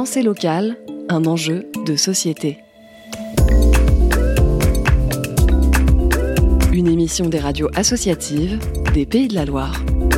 Pensée locale, un enjeu de société. Une émission des radios associatives des Pays de la Loire.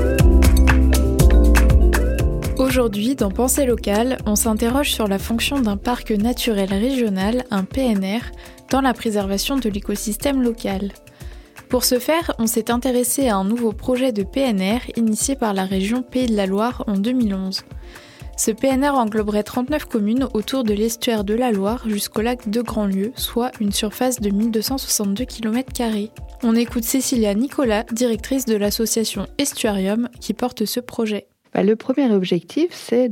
Aujourd'hui, dans Pensée locale, on s'interroge sur la fonction d'un parc naturel régional, un PNR, dans la préservation de l'écosystème local. Pour ce faire, on s'est intéressé à un nouveau projet de PNR initié par la région Pays de la Loire en 2011. Ce PNR engloberait 39 communes autour de l'estuaire de la Loire jusqu'au lac de Grandlieu, soit une surface de 1262 km². On écoute Cécilia Nicolas, directrice de l'association Estuarium, qui porte ce projet. Le premier objectif, c'est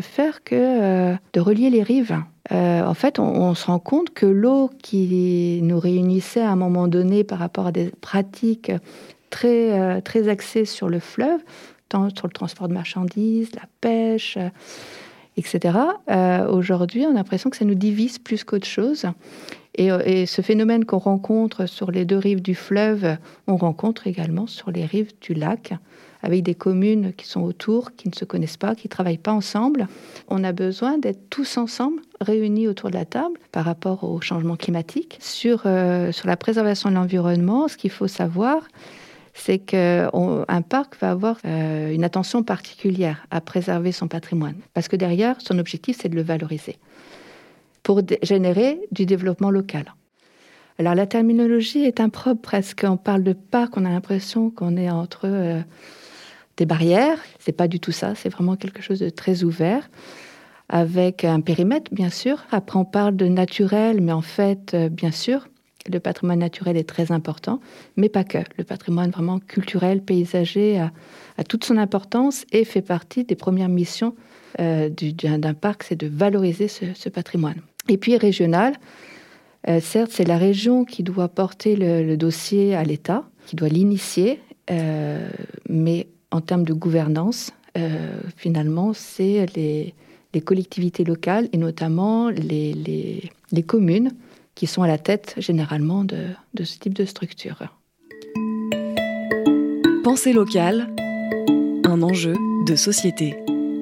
de relier les rives. En fait, on se rend compte que l'eau qui nous réunissait à un moment donné par rapport à des pratiques très axées sur le fleuve, tant sur le transport de marchandises, la pêche, etc. Aujourd'hui, on a l'impression que ça nous divise plus qu'autre chose. Et ce phénomène qu'on rencontre sur les deux rives du fleuve, on rencontre également sur les rives du lac, avec des communes qui sont autour, qui ne se connaissent pas, qui ne travaillent pas ensemble. On a besoin d'être tous ensemble, réunis autour de la table, par rapport au changement climatique. Sur la préservation de l'environnement, ce qu'il faut savoir, c'est qu'un parc va avoir une attention particulière à préserver son patrimoine. Parce que derrière, son objectif, c'est de le valoriser, pour générer du développement local. Alors la terminologie est impropre presque. On parle de parc, on a l'impression qu'on est entre des barrières. C'est pas du tout ça, c'est vraiment quelque chose de très ouvert, avec un périmètre, bien sûr. Après, on parle de naturel, mais en fait, bien sûr, le patrimoine naturel est très important, mais pas que. Le patrimoine vraiment culturel, paysager, a toute son importance et fait partie des premières missions d'un parc, c'est de valoriser ce patrimoine. Et puis régional, certes, c'est la région qui doit porter le dossier à l'État, qui doit l'initier, mais en termes de gouvernance, finalement, c'est les collectivités locales et notamment les communes qui sont à la tête généralement de ce type de structure. Pensée locale, un enjeu de société.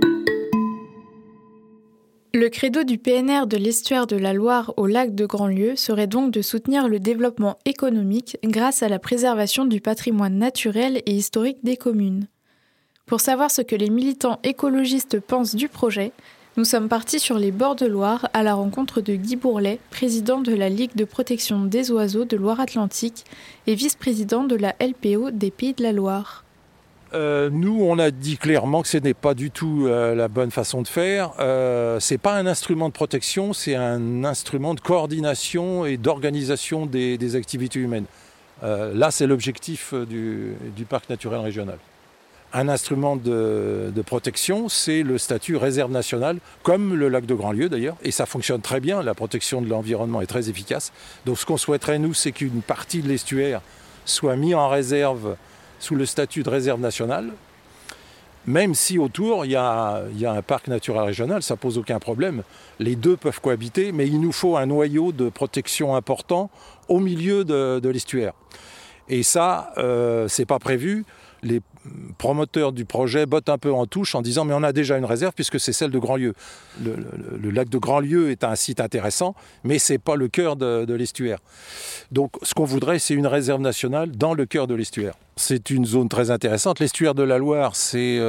Le credo du PNR de l'estuaire de la Loire au lac de Grandlieu serait donc de soutenir le développement économique grâce à la préservation du patrimoine naturel et historique des communes. Pour savoir ce que les militants écologistes pensent du projet, nous sommes partis sur les bords de Loire à la rencontre de Guy Bourlet, président de la Ligue de protection des oiseaux de Loire-Atlantique et vice-président de la LPO des Pays de la Loire. Nous, on a dit clairement que ce n'est pas du tout la bonne façon de faire. C'est pas un instrument de protection, c'est un instrument de coordination et d'organisation des activités humaines. Là, c'est l'objectif du parc naturel régional. Un instrument de protection, c'est le statut réserve nationale, comme le lac de Grandlieu d'ailleurs, et ça fonctionne très bien, la protection de l'environnement est très efficace. Donc ce qu'on souhaiterait, nous, c'est qu'une partie de l'estuaire soit mise en réserve sous le statut de réserve nationale, même si autour, il y a un parc naturel régional, ça pose aucun problème. Les deux peuvent cohabiter, mais il nous faut un noyau de protection important au milieu de l'estuaire. Et ça, c'est pas prévu. Les promoteurs du projet bottent un peu en touche en disant « mais on a déjà une réserve puisque c'est celle de Grandlieu ». Le lac de Grandlieu est un site intéressant, mais ce n'est pas le cœur de l'estuaire. Donc ce qu'on voudrait, c'est une réserve nationale dans le cœur de l'estuaire. C'est une zone très intéressante. L'estuaire de la Loire, c'est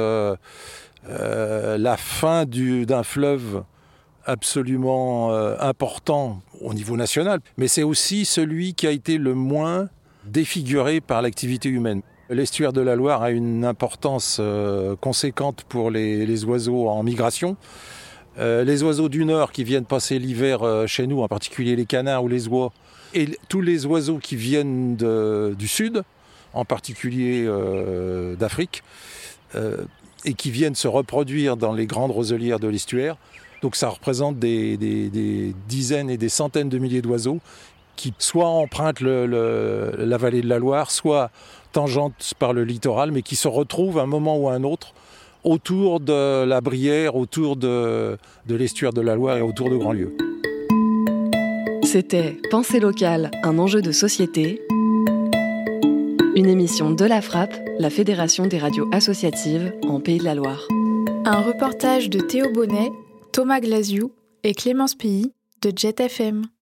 la fin d'un fleuve absolument important au niveau national, mais c'est aussi celui qui a été le moins défiguré par l'activité humaine. L'estuaire de la Loire a une importance conséquente pour les oiseaux en migration. Les oiseaux du Nord qui viennent passer l'hiver chez nous, en particulier les canards ou les oies, et tous les oiseaux qui viennent du Sud, en particulier d'Afrique, et qui viennent se reproduire dans les grandes roselières de l'estuaire. Donc ça représente des dizaines et des centaines de milliers d'oiseaux qui soit empruntent la vallée de la Loire, soit tangentes par le littoral, mais qui se retrouvent à un moment ou à un autre autour de la Brière, autour de l'estuaire de la Loire et autour de Grandlieu. C'était Pensée locale, un enjeu de société. Une émission de la Frappe, la Fédération des radios associatives en Pays de la Loire. Un reportage de Théo Bonnet, Thomas Glaziou et Clémence Pays de Jet FM.